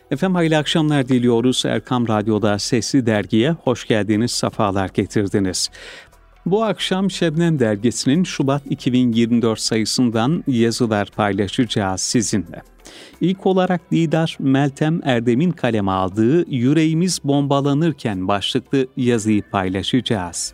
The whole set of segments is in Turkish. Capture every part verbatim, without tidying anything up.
Efendim hayırlı akşamlar diliyoruz. Erkam Radyo'da Sesli Dergi'ye hoş geldiniz, sefalar getirdiniz. Bu akşam Şebnem Dergisi'nin Şubat iki bin yirmi dört sayısından yazılar paylaşacağız sizinle. İlk olarak Didar Meltem Erdem'in kaleme aldığı "Yüreğimiz Bombalanırken" başlıklı yazıyı paylaşacağız.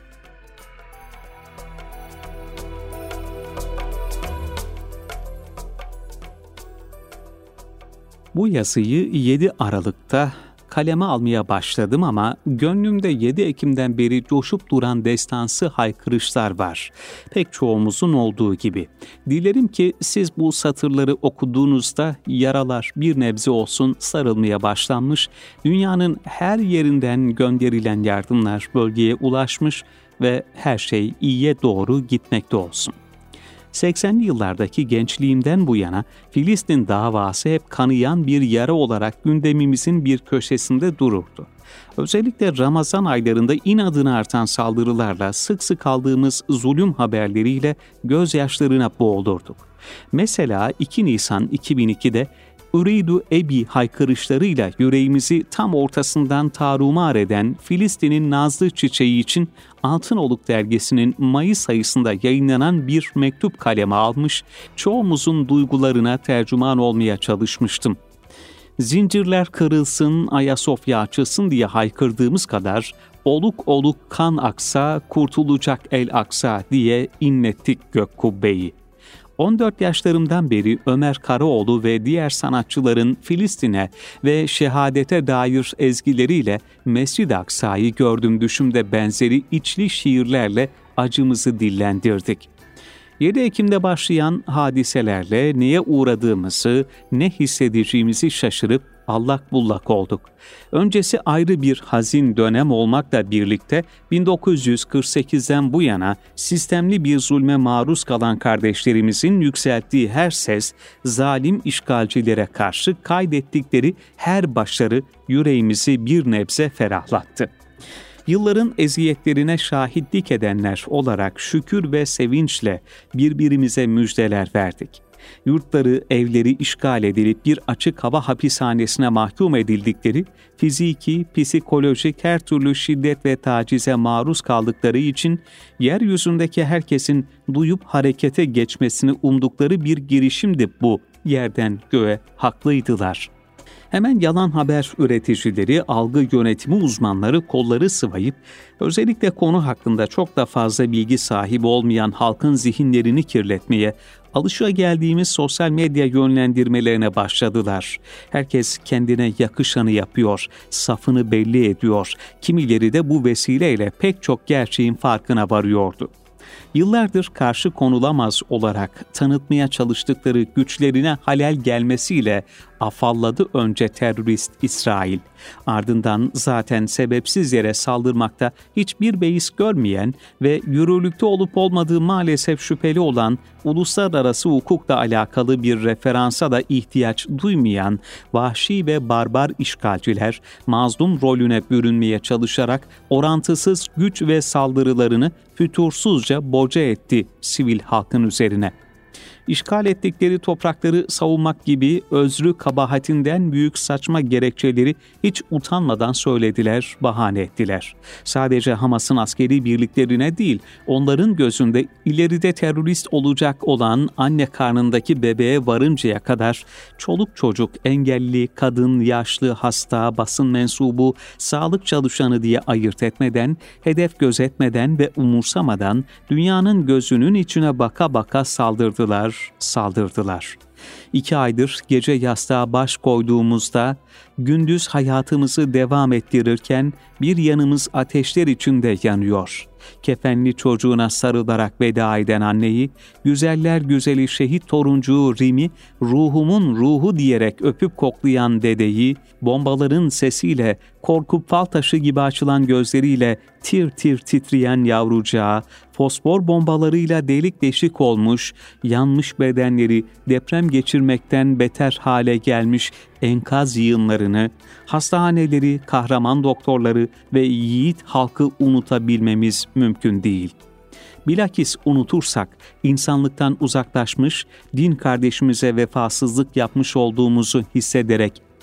Bu yazıyı yedi Aralık'ta kaleme almaya başladım ama gönlümde yedi Ekim'den beri coşup duran destansı haykırışlar var. Pek çoğumuzun olduğu gibi. Dilerim ki siz bu satırları okuduğunuzda yaralar bir nebze olsun sarılmaya başlanmış, dünyanın her yerinden gönderilen yardımlar bölgeye ulaşmış ve her şey iyiye doğru gitmekte olsun. seksenli yıllardaki gençliğimden bu yana Filistin davası hep kanayan bir yara olarak gündemimizin bir köşesinde dururdu. Özellikle Ramazan aylarında inadına artan saldırılarla sık sık aldığımız zulüm haberleriyle gözyaşlarına boğulurduk. Mesela iki Nisan iki bin ikide "Üridu Ebi" haykırışlarıyla yüreğimizi tam ortasından tarumar eden Filistin'in nazlı çiçeği için Altınoluk Dergisi'nin Mayıs ayısında yayınlanan bir mektup kaleme almış, çoğumuzun duygularına tercüman olmaya çalışmıştım. "Zincirler kırılsın, Ayasofya açılsın" diye haykırdığımız kadar "oluk oluk kan aksa, kurtulacak el aksa" diye inlettik gök kubbeyi. on dört yaşlarımdan beri Ömer Karaoğlu ve diğer sanatçıların Filistin'e ve şehadete dair ezgileriyle Mescid-i Aksa'yı gördüm düşümde benzeri içli şiirlerle acımızı dillendirdik. yedi Ekim'de başlayan hadiselerle neye uğradığımızı, ne hissedeceğimizi şaşırıp allak bullak olduk. Öncesi ayrı bir hazin dönem olmakla birlikte bin dokuz yüz kırk sekizden bu yana sistemli bir zulme maruz kalan kardeşlerimizin yükselttiği her ses, zalim işgalcilere karşı kaydettikleri her başarı yüreğimizi bir nebze ferahlattı. Yılların eziyetlerine şahitlik edenler olarak şükür ve sevinçle birbirimize müjdeler verdik. Yurtları, evleri işgal edilip bir açık hava hapishanesine mahkum edildikleri, fiziki, psikolojik her türlü şiddet ve tacize maruz kaldıkları için yeryüzündeki herkesin duyup harekete geçmesini umdukları bir girişimdi bu. Yerden göğe haklıydılar. Hemen yalan haber üreticileri, algı yönetimi uzmanları kolları sıvayıp, özellikle konu hakkında çok da fazla bilgi sahibi olmayan halkın zihinlerini kirletmeye, alışageldiğimiz sosyal medya yönlendirmelerine başladılar. Herkes kendine yakışanı yapıyor, safını belli ediyor. Kimileri de bu vesileyle pek çok gerçeğin farkına varıyordu. Yıllardır karşı konulamaz olarak tanıtmaya çalıştıkları güçlerine halel gelmesiyle afalladı önce terörist İsrail. Ardından zaten sebepsiz yere saldırmakta hiçbir beis görmeyen ve yürürlükte olup olmadığı maalesef şüpheli olan uluslararası hukukla alakalı bir referansa da ihtiyaç duymayan vahşi ve barbar işgalciler mazlum rolüne bürünmeye çalışarak orantısız güç ve saldırılarını fütursuzca boca etti sivil halkın üzerine. İşgal ettikleri toprakları savunmak gibi özrü kabahatinden büyük saçma gerekçeleri hiç utanmadan söylediler, bahane ettiler. Sadece Hamas'ın askeri birliklerine değil, onların gözünde ileride terörist olacak olan anne karnındaki bebeğe varıncaya kadar çoluk çocuk, engelli, kadın, yaşlı, hasta, basın mensubu, sağlık çalışanı diye ayırt etmeden, hedef gözetmeden ve umursamadan dünyanın gözünün içine baka baka saldırdılar, saldırdılar. İki aydır gece yastığa baş koyduğumuzda, gündüz hayatımızı devam ettirirken bir yanımız ateşler içinde yanıyor. Kefenli çocuğuna sarılarak veda eden anneyi, güzeller güzeli şehit toruncuğu Rim'i, ruhumun ruhu diyerek öpüp koklayan dedeyi, bombaların sesiyle, korkup fal taşı gibi açılan gözleriyle tir tir titreyen yavrucağı, fosfor bombalarıyla delik deşik olmuş, yanmış bedenleri deprem geçirmekten beter hale gelmiş enkaz yığınlarını, hastaneleri, kahraman doktorları ve yiğit halkı unutabilmemiz mümkün değil. Bilakis unutursak insanlıktan uzaklaşmış, din kardeşimize vefasızlık yapmış olduğumuzu hissederek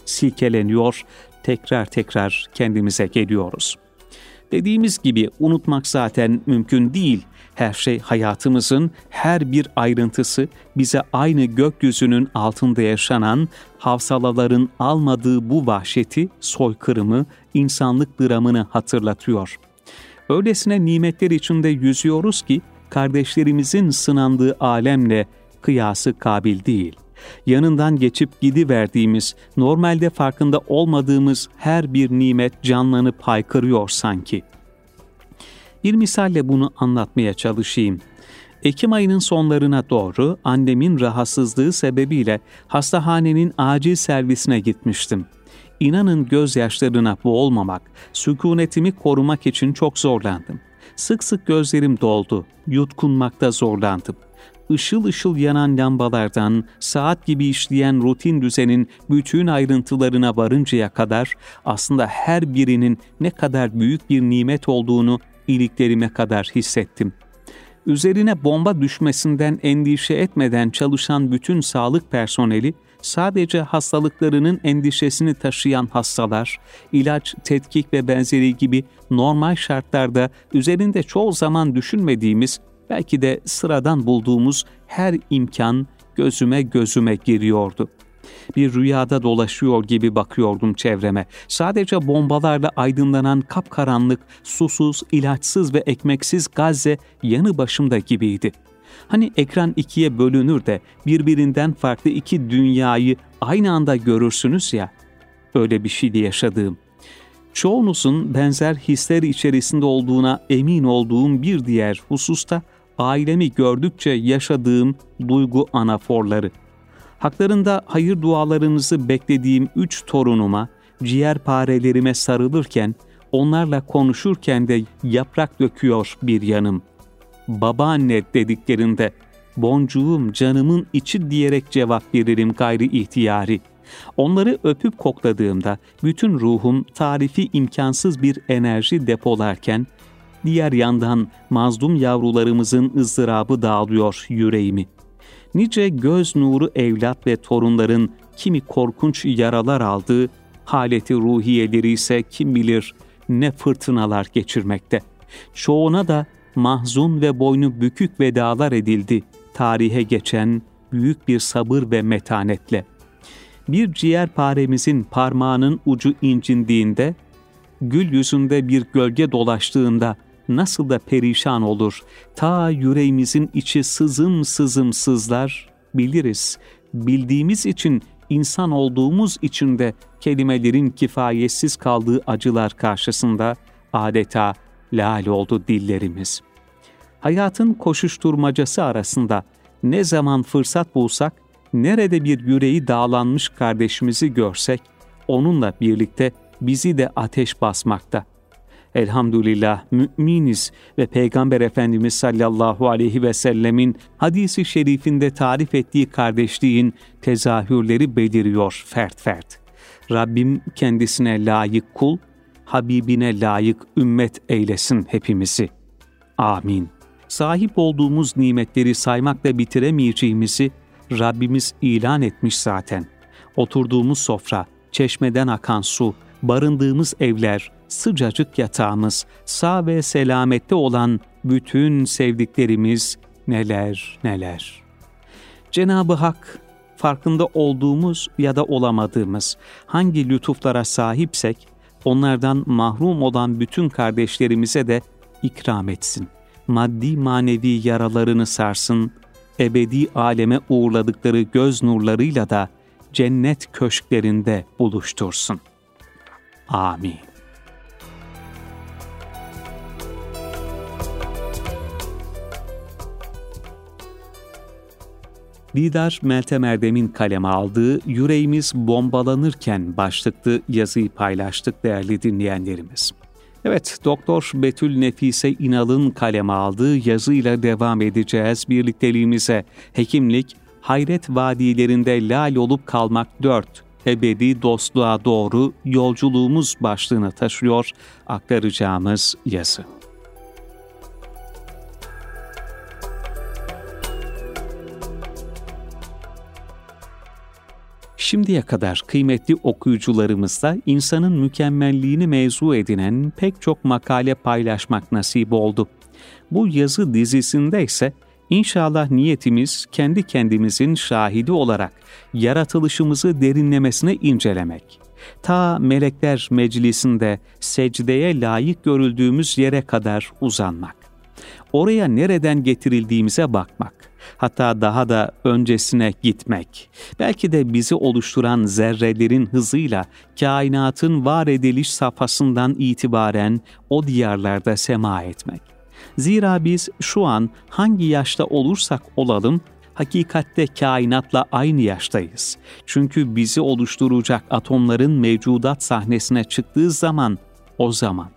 silkeleniyor, tekrar tekrar kendimize geliyoruz. Dediğimiz gibi unutmak zaten mümkün değil. Her şey hayatımızın her bir ayrıntısı bize aynı gökyüzünün altında yaşanan havsalaların almadığı bu vahşeti, soykırımı, insanlık dramını hatırlatıyor. Öylesine nimetler içinde yüzüyoruz ki kardeşlerimizin sınandığı alemle kıyası kabil değil. Yanından geçip gidiverdiğimiz, normalde farkında olmadığımız her bir nimet canlanıp haykırıyor sanki. Bir misalle bunu anlatmaya çalışayım. Ekim ayının sonlarına doğru annemin rahatsızlığı sebebiyle hastahanenin acil servisine gitmiştim. İnanın gözyaşlarına boğulmamak, sükunetimi korumak için çok zorlandım. Sık sık gözlerim doldu, yutkunmakta zorlandım. Işıl ışıl yanan lambalardan saat gibi işleyen rutin düzenin bütün ayrıntılarına varıncaya kadar aslında her birinin ne kadar büyük bir nimet olduğunu iliklerime kadar hissettim. Üzerine bomba düşmesinden endişe etmeden çalışan bütün sağlık personeli, sadece hastalıklarının endişesini taşıyan hastalar, ilaç, tetkik ve benzeri gibi normal şartlarda üzerinde çoğu zaman düşünmediğimiz, belki de sıradan bulduğumuz her imkan gözüme gözüme giriyordu. Bir rüyada dolaşıyor gibi bakıyordum çevreme. Sadece bombalarla aydınlanan kapkaranlık, susuz, ilaçsız ve ekmeksiz Gazze yanı başımda gibiydi. Hani ekran ikiye bölünür de birbirinden farklı iki dünyayı aynı anda görürsünüz ya, öyle bir şeydi yaşadığım. Çoğunuzun benzer hisler içerisinde olduğuna emin olduğum bir diğer hususta ailemi gördükçe yaşadığım duygu anaforları. Haklarında hayır dualarınızı beklediğim üç torunuma, ciğerparelerime sarılırken, onlarla konuşurken de yaprak döküyor bir yanım. Babaanne dediklerinde, boncuğum canımın içi diyerek cevap veririm gayri ihtiyari. Onları öpüp kokladığımda bütün ruhum tarifi imkansız bir enerji depolarken, diğer yandan mazlum yavrularımızın ızdırabı dağılıyor yüreğimi. Nice göz nuru evlat ve torunların kimi korkunç yaralar aldığı, haleti ruhiyeleri ise kim bilir ne fırtınalar geçirmekte. Çoğuna da mahzun ve boynu bükük vedalar edildi, tarihe geçen büyük bir sabır ve metanetle. Bir ciğerparemizin parmağının ucu incindiğinde, gül yüzünde bir gölge dolaştığında nasıl da perişan olur, ta yüreğimizin içi sızım sızım sızlar, biliriz. Bildiğimiz için, insan olduğumuz için de kelimelerin kifayetsiz kaldığı acılar karşısında adeta lal oldu dillerimiz. Hayatın koşuşturmacası arasında ne zaman fırsat bulsak, nerede bir yüreği dağlanmış kardeşimizi görsek, onunla birlikte bizi de ateş basmakta. Elhamdülillah müminiz ve Peygamber Efendimiz sallallahu aleyhi ve sellemin hadisi şerifinde tarif ettiği kardeşliğin tezahürleri beliriyor fert fert. Rabbim kendisine layık kul, Habibine layık ümmet eylesin hepimizi. Amin. Sahip olduğumuz nimetleri saymakla bitiremeyeceğimizi Rabbimiz ilan etmiş zaten. Oturduğumuz sofra, çeşmeden akan su, barındığımız evler, sıcacık yatağımız, sağ ve selamette olan bütün sevdiklerimiz neler neler. Cenab-ı Hak farkında olduğumuz ya da olamadığımız hangi lütuflara sahipsek onlardan mahrum olan bütün kardeşlerimize de ikram etsin. Maddi manevi yaralarını sarsın, ebedi aleme uğurladıkları göz nurlarıyla da cennet köşklerinde buluştursun. Amin. Didar Meltem Erdem'in kaleme aldığı "Yüreğimiz bombalanırken" başlıklı yazıyı paylaştık değerli dinleyenlerimiz. Evet, Doktor Betül Nefise İnal'ın kaleme aldığı yazıyla devam edeceğiz birlikteliğimize. Hekimlik, hayret vadilerinde lal olup kalmak dört, ebedi dostluğa doğru yolculuğumuz başlığını taşıyor aktaracağımız yazı. Şimdiye kadar kıymetli okuyucularımızla insanın mükemmelliğini mevzu edinen pek çok makale paylaşmak nasip oldu. Bu yazı dizisinde ise İnşallah niyetimiz kendi kendimizin şahidi olarak yaratılışımızı derinlemesine incelemek. Ta melekler meclisinde secdeye layık görüldüğümüz yere kadar uzanmak. Oraya nereden getirildiğimize bakmak. Hatta daha da öncesine gitmek. Belki de bizi oluşturan zerrelerin hızıyla kainatın var ediliş safhasından itibaren o diyarlarda sema etmek. Zira biz şu an hangi yaşta olursak olalım, hakikatte kainatla aynı yaştayız. Çünkü bizi oluşturacak atomların mevcudat sahnesine çıktığı zaman, o zaman.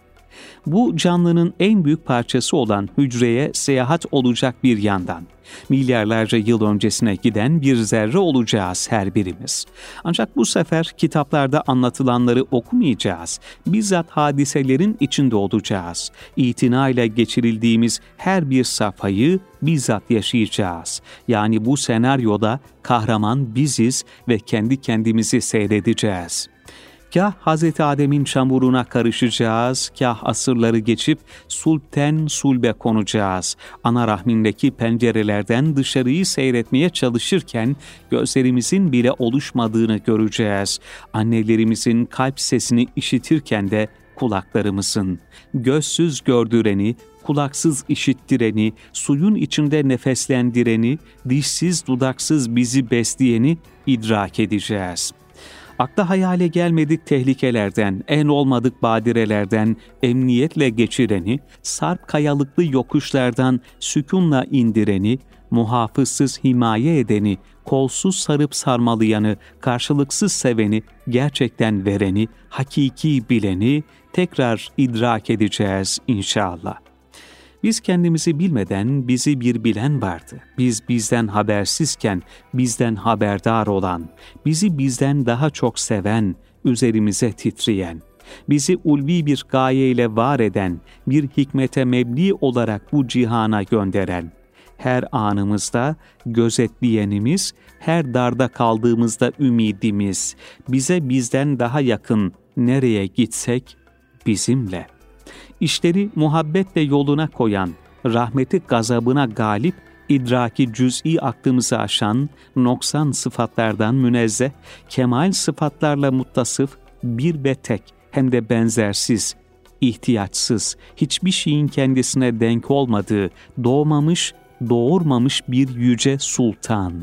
Bu canlının en büyük parçası olan hücreye seyahat olacak bir yandan. Milyarlarca yıl öncesine giden bir zerre olacağız her birimiz. Ancak bu sefer kitaplarda anlatılanları okumayacağız. Bizzat hadiselerin içinde olacağız. İtinayla geçirildiğimiz her bir safhayı bizzat yaşayacağız. Yani bu senaryoda kahraman biziz ve kendi kendimizi seyredeceğiz. Kah Hazreti Adem'in çamuruna karışacağız, kah asırları geçip sulten sulbe konacağız. Ana rahmindeki pencerelerden dışarıyı seyretmeye çalışırken gözlerimizin bile oluşmadığını göreceğiz. Annelerimizin kalp sesini işitirken de kulaklarımızın, gözsüz gördüreni, kulaksız işittireni, suyun içinde nefeslendireni, dişsiz dudaksız bizi besleyeni idrak edeceğiz. Akla hayale gelmedik tehlikelerden, en olmadık badirelerden emniyetle geçireni, sarp kayalıklı yokuşlardan sükunla indireni, muhafızsız himaye edeni, kolsuz sarıp sarmalayanı, karşılıksız seveni, gerçekten vereni, hakiki bileni tekrar idrak edeceğiz inşallah. Biz kendimizi bilmeden bizi bir bilen vardı. Biz bizden habersizken bizden haberdar olan, bizi bizden daha çok seven, üzerimize titreyen, bizi ulvi bir gayeyle var eden, bir hikmete mebni olarak bu cihana gönderen, her anımızda gözetleyenimiz, her darda kaldığımızda ümidimiz, bize bizden daha yakın, nereye gitsek bizimle. İşleri muhabbetle yoluna koyan, rahmeti gazabına galip, idraki cüz'i aklımızı aşan, noksan sıfatlardan münezzeh, kemal sıfatlarla muttasıf, bir ve tek, hem de benzersiz, ihtiyaçsız, hiçbir şeyin kendisine denk olmadığı, doğmamış, doğurmamış bir yüce sultan.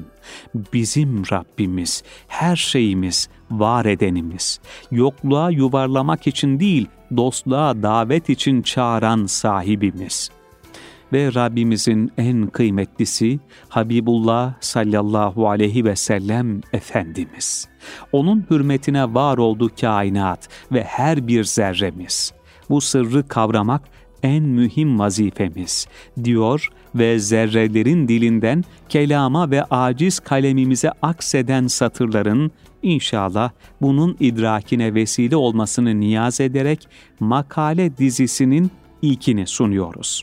Bizim Rabbimiz, her şeyimiz, var edenimiz, yokluğa yuvarlamak için değil, dostluğa davet için çağıran sahibimiz. Ve Rabbimizin en kıymetlisi Habibullah sallallahu aleyhi ve sellem Efendimiz. Onun hürmetine var oldu kainat ve her bir zerremiz. Bu sırrı kavramak en mühim vazifemiz diyor ve zerrelerin dilinden kelama ve aciz kalemimize akseden satırların İnşallah bunun idrakine vesile olmasını niyaz ederek makale dizisinin ilkini sunuyoruz.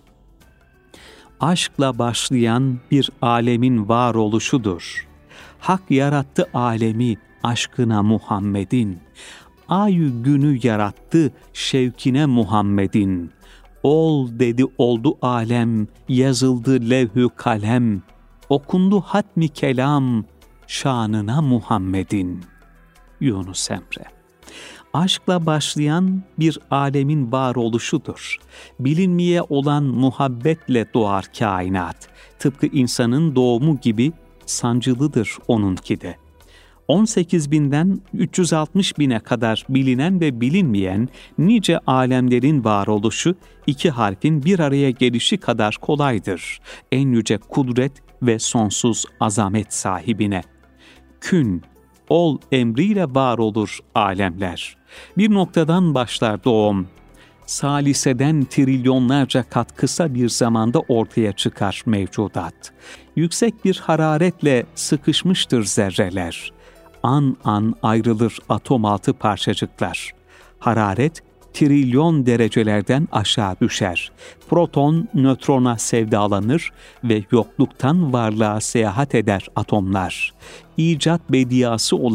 Aşkla başlayan bir alemin varoluşudur. Hak yarattı alemi aşkına Muhammed'in. Ayü günü yarattı şevkine Muhammed'in. Ol dedi oldu alem, yazıldı levh-ü kalem. Okundu hatmi kelam, şanına Muhammed'in. Yunus Emre. Aşkla başlayan bir alemin varoluşudur. Bilinmeye olan muhabbetle doğar kainat. Tıpkı insanın doğumu gibi sancılıdır onunki de. on sekiz binden üç yüz altmış bine kadar bilinen ve bilinmeyen nice alemlerin varoluşu iki harfin bir araya gelişi kadar kolaydır. En yüce kudret ve sonsuz azamet sahibine. Kün, ol emriyle var olur alemler. Bir noktadan başlar doğum. Saliseden trilyonlarca kat kısa bir zamanda ortaya çıkar mevcudat. Yüksek bir hararetle sıkışmıştır zerreler. An an ayrılır atom altı parçacıklar. Hararet trilyon derecelerden aşağı düşer. Proton nötrona sevdalanır ve yokluktan varlığa seyahat eder atomlar. İcat bediyası olan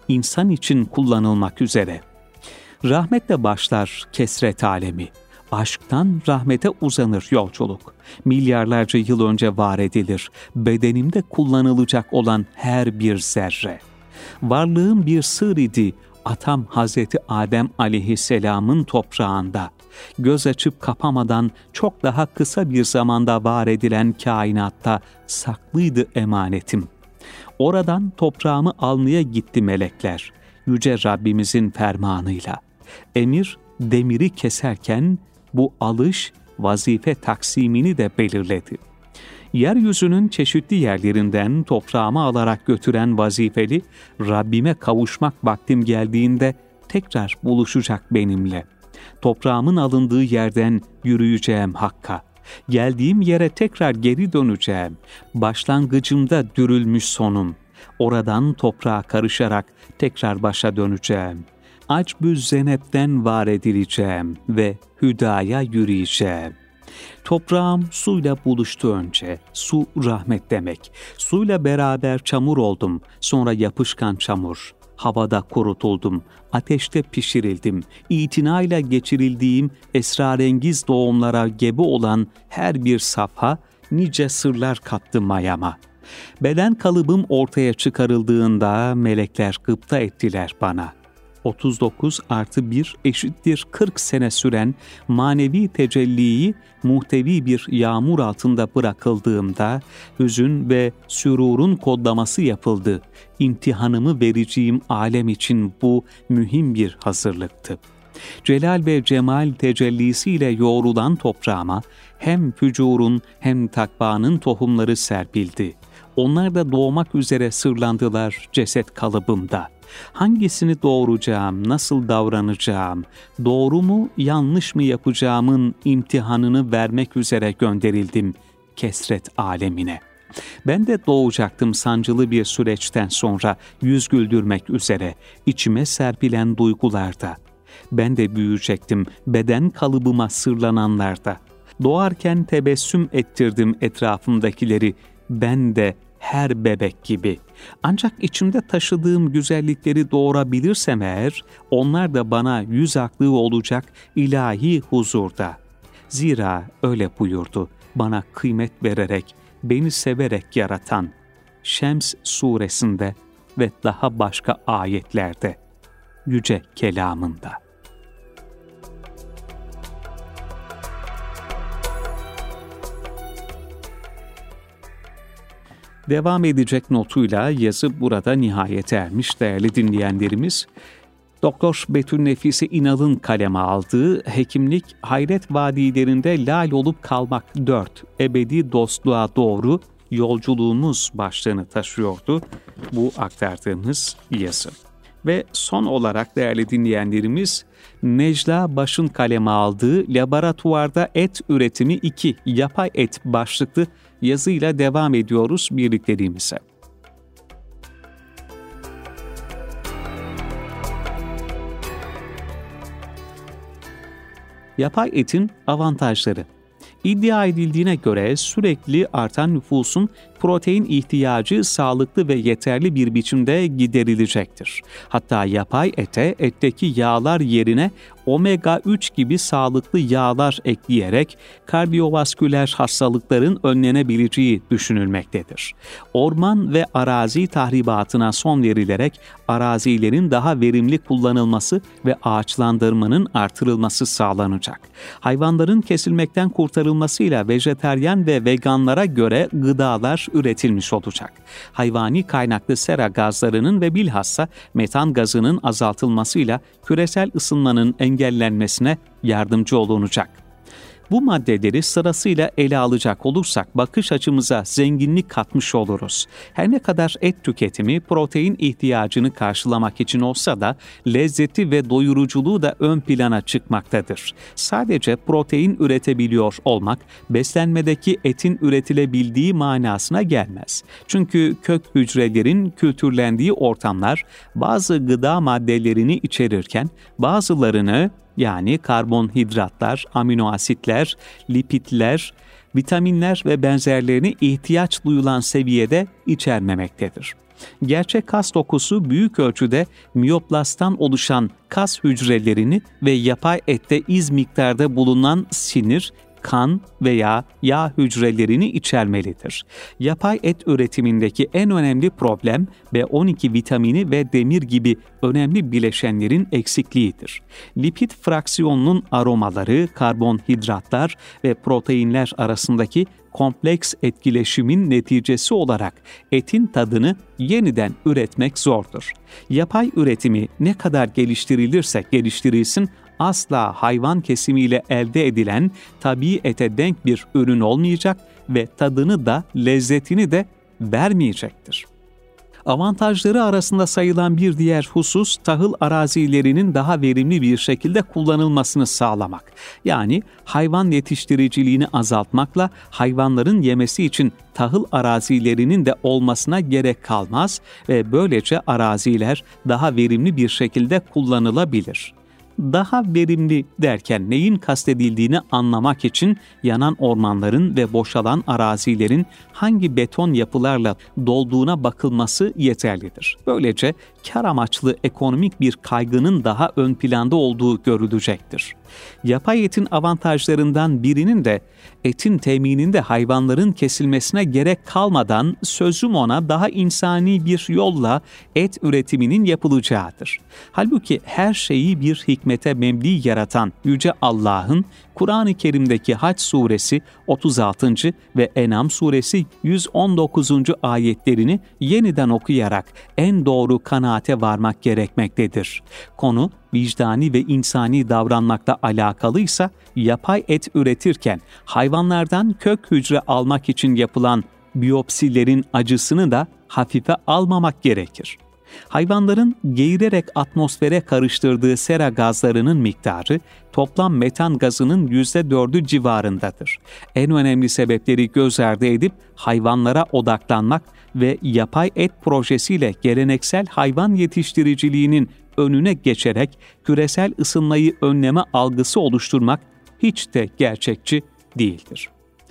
insan için kullanılmak üzere. Rahmetle başlar kesret alemi. Aşktan rahmete uzanır yolculuk. Milyarlarca yıl önce var edilir bedenimde kullanılacak olan her bir zerre. Varlığım bir sır idi atam Hazreti Adem aleyhisselamın toprağında. Göz açıp kapamadan çok daha kısa bir zamanda var edilen kainatta saklıydı emanetim. Oradan toprağımı almaya gitti melekler, yüce Rabbimizin fermanıyla. Emir demiri keserken bu alış vazife taksimini de belirledi. Yeryüzünün çeşitli yerlerinden toprağımı alarak götüren vazifeli, Rabbime kavuşmak vaktim geldiğinde tekrar buluşacak benimle. Toprağımın alındığı yerden yürüyeceğim Hakk'a. Geldiğim yere tekrar geri döneceğim. Başlangıcımda dürülmüş sonum. Oradan toprağa karışarak tekrar başa döneceğim. Acbü zenepten var edileceğim ve hüdaya yürüyeceğim. Toprağım suyla buluştu önce. Su rahmet demek. Suyla beraber çamur oldum. Sonra yapışkan çamur. Havada kurutuldum. Ateşte pişirildim. İtinayla geçirildiğim esrarengiz doğumlara gebe olan her bir safha nice sırlar kattı mayama. Beden kalıbım ortaya çıkarıldığında melekler gıpta ettiler bana. otuz dokuz artı bir eşittir kırk sene süren manevi tecelliyi muhtevi bir yağmur altında bırakıldığımda hüzün ve sürurun kodlaması yapıldı. İmtihanımı vereceğim alem için bu mühim bir hazırlıktı. Celal ve cemal tecellisiyle yoğrulan toprağıma hem fücurun hem takvanın tohumları serpildi. Onlar da doğmak üzere sırlandılar ceset kalıbımda. Hangisini doğuracağım, nasıl davranacağım, doğru mu, yanlış mı yapacağımın imtihanını vermek üzere gönderildim kesret alemine. Ben de doğacaktım sancılı bir süreçten sonra yüz güldürmek üzere içime serpilen duygularda. Ben de büyüyecektim beden kalıbıma sırlananlarda. Doğarken tebessüm ettirdim etrafımdakileri, ben de her bebek gibi. Ancak içimde taşıdığım güzellikleri doğurabilirsem eğer, onlar da bana yüz aklığı olacak ilahi huzurda. Zira öyle buyurdu, bana kıymet vererek, beni severek yaratan. Şems suresinde ve daha başka ayetlerde, yüce kelamında. Devam edecek notuyla yazı burada nihayete ermiş değerli dinleyenlerimiz. Doktor Betül Nefise İnal'ın kaleme aldığı Hekimlik Hayret Vadilerinde Lal Olup Kalmak dört Ebedi Dostluğa Doğru Yolculuğumuz başlığını taşıyordu bu aktardığımız yazı. Ve son olarak değerli dinleyenlerimiz Necla Baş'ın kaleme aldığı Laboratuvarda Et Üretimi iki Yapay Et başlıklı yazıyla devam ediyoruz birlikteliğimize. Yapay etin avantajları. İddia edildiğine göre sürekli artan nüfusun protein ihtiyacı sağlıklı ve yeterli bir biçimde giderilecektir. Hatta yapay ete etteki yağlar yerine omega üç gibi sağlıklı yağlar ekleyerek kardiyovasküler hastalıkların önlenebileceği düşünülmektedir. Orman ve arazi tahribatına son verilerek arazilerin daha verimli kullanılması ve ağaçlandırmanın artırılması sağlanacak. Hayvanların kesilmekten kurtarılmasıyla vejeteryan ve veganlara göre gıdalar üretilmiş olacak. Hayvani kaynaklı sera gazlarının ve bilhassa metan gazının azaltılmasıyla küresel ısınmanın engellenmesine yardımcı olunacak. Bu maddeleri sırasıyla ele alacak olursak bakış açımıza zenginlik katmış oluruz. Her ne kadar et tüketimi protein ihtiyacını karşılamak için olsa da lezzeti ve doyuruculuğu da ön plana çıkmaktadır. Sadece protein üretebiliyor olmak beslenmedeki etin üretilebildiği manasına gelmez. Çünkü kök hücrelerin kültürlendiği ortamlar bazı gıda maddelerini içerirken bazılarını yani karbonhidratlar, amino asitler, lipidler, vitaminler ve benzerlerini ihtiyaç duyulan seviyede içermemektedir. Gerçek kas dokusu büyük ölçüde miyoplasttan oluşan kas hücrelerini ve yapay ette iz miktarda bulunan sinir, kan veya yağ hücrelerini içermelidir. Yapay et üretimindeki en önemli problem B on iki vitamini ve demir gibi önemli bileşenlerin eksikliğidir. Lipid fraksiyonunun aromaları, karbonhidratlar ve proteinler arasındaki kompleks etkileşimin neticesi olarak etin tadını yeniden üretmek zordur. Yapay üretimi ne kadar geliştirilirse geliştirilsin, asla hayvan kesimiyle elde edilen tabii ete denk bir ürün olmayacak ve tadını da lezzetini de vermeyecektir. Avantajları arasında sayılan bir diğer husus tahıl arazilerinin daha verimli bir şekilde kullanılmasını sağlamak. Yani hayvan yetiştiriciliğini azaltmakla hayvanların yemesi için tahıl arazilerinin de olmasına gerek kalmaz ve böylece araziler daha verimli bir şekilde kullanılabilir. Daha verimli derken neyin kastedildiğini anlamak için yanan ormanların ve boşalan arazilerin hangi beton yapılarla dolduğuna bakılması yeterlidir. Böylece kar amaçlı ekonomik bir kaygının daha ön planda olduğu görülecektir. Yapay etin avantajlarından birinin de etin temininde hayvanların kesilmesine gerek kalmadan sözüm ona daha insani bir yolla et üretiminin yapılacağıdır. Halbuki her şeyi bir hikmete memli yaratan Yüce Allah'ın Kur'an-ı Kerim'deki Hac suresi otuz altıncı ve En'am suresi yüz on dokuzuncu ayetlerini yeniden okuyarak en doğru kanaate varmak gerekmektedir. Konu vicdani ve insani davranmakla alakalıysa yapay et üretirken hayvanlardan kök hücre almak için yapılan biyopsilerin acısını da hafife almamak gerekir. Hayvanların geğirerek atmosfere karıştırdığı sera gazlarının miktarı toplam metan gazının yüzde dördü civarındadır. En önemli sebepleri göz ardı edip hayvanlara odaklanmak ve yapay et projesiyle geleneksel hayvan yetiştiriciliğinin önüne geçerek küresel ısınmayı önleme algısı oluşturmak hiç de gerçekçi değildir.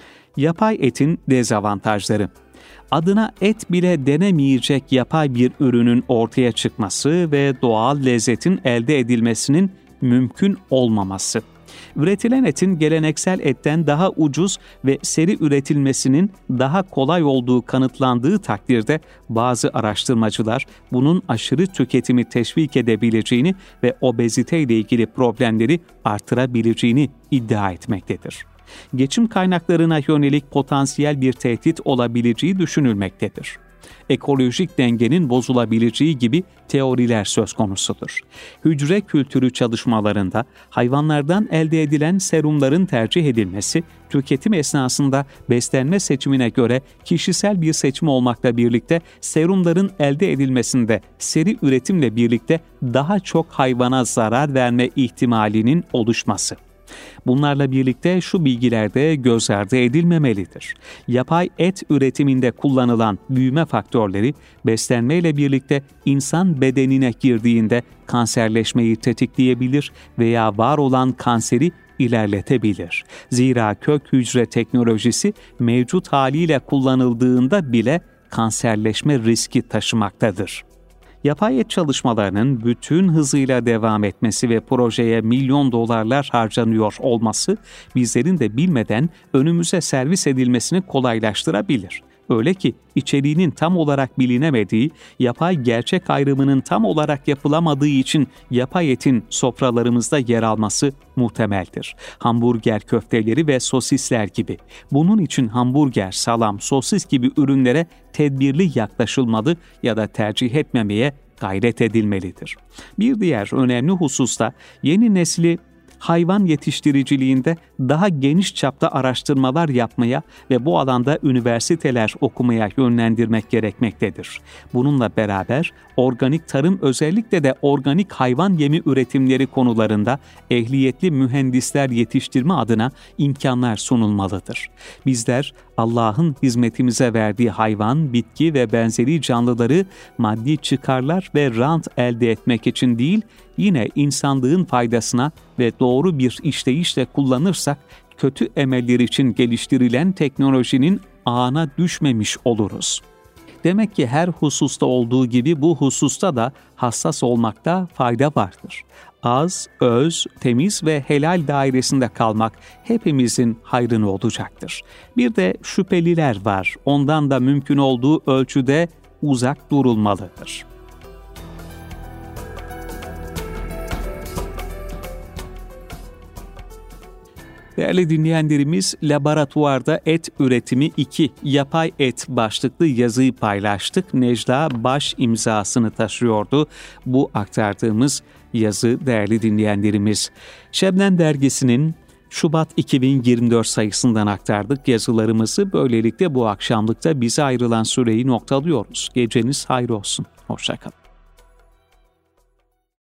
Yapay etin dezavantajları. Adına et bile denemeyecek yapay bir ürünün ortaya çıkması ve doğal lezzetin elde edilmesinin mümkün olmaması. Üretilen etin geleneksel etten daha ucuz ve seri üretilmesinin daha kolay olduğu kanıtlandığı takdirde bazı araştırmacılar bunun aşırı tüketimi teşvik edebileceğini ve obezite ile ilgili problemleri artırabileceğini iddia etmektedir. Geçim kaynaklarına yönelik potansiyel bir tehdit olabileceği düşünülmektedir. Ekolojik dengenin bozulabileceği gibi teoriler söz konusudur. Hücre kültürü çalışmalarında hayvanlardan elde edilen serumların tercih edilmesi, tüketim esnasında beslenme seçimine göre kişisel bir seçim olmakla birlikte serumların elde edilmesinde seri üretimle birlikte daha çok hayvana zarar verme ihtimalinin oluşması. Bunlarla birlikte şu bilgiler de göz ardı edilmemelidir. Yapay et üretiminde kullanılan büyüme faktörleri beslenmeyle birlikte insan bedenine girdiğinde kanserleşmeyi tetikleyebilir veya var olan kanseri ilerletebilir. Zira kök hücre teknolojisi mevcut haliyle kullanıldığında bile kanserleşme riski taşımaktadır. Yapay et çalışmalarının bütün hızıyla devam etmesi ve projeye milyon dolarlar harcanıyor olması bizlerin de bilmeden önümüze servis edilmesini kolaylaştırabilir. Öyle ki içeriğinin tam olarak bilinemediği, yapay gerçek ayrımının tam olarak yapılamadığı için yapay etin sofralarımızda yer alması muhtemeldir. Hamburger köfteleri ve sosisler gibi. Bunun için hamburger, salam, sosis gibi ürünlere tedbirli yaklaşılmalı ya da tercih etmemeye gayret edilmelidir. Bir diğer önemli husus da yeni nesli hayvan yetiştiriciliğinde daha geniş çapta araştırmalar yapmaya ve bu alanda üniversiteler okumaya yönlendirmek gerekmektedir. Bununla beraber organik tarım, özellikle de organik hayvan yemi üretimleri konularında ehliyetli mühendisler yetiştirme adına imkanlar sunulmalıdır. Bizler Allah'ın hizmetimize verdiği hayvan, bitki ve benzeri canlıları maddi çıkarlar ve rant elde etmek için değil, yine insanlığın faydasına ve doğru bir işleyişle kullanırsak, kötü emeller için geliştirilen teknolojinin ağına düşmemiş oluruz. Demek ki her hususta olduğu gibi bu hususta da hassas olmakta fayda vardır. Az, öz, temiz ve helal dairesinde kalmak hepimizin hayrına olacaktır. Bir de şüpheliler var. Ondan da mümkün olduğu ölçüde uzak durulmalıdır. Değerli dinleyenlerimiz, Laboratuvarda Et Üretimi iki Yapay Et başlıklı yazıyı paylaştık. Necla Baş imzasını taşıyordu bu aktardığımız yazı değerli dinleyenlerimiz. Şebnem Dergisi'nin Şubat iki bin yirmi dört sayısından aktardık yazılarımızı. Böylelikle bu akşamlıkta bize ayrılan süreyi noktalıyoruz. Geceniz hayır olsun. Hoşça kalın.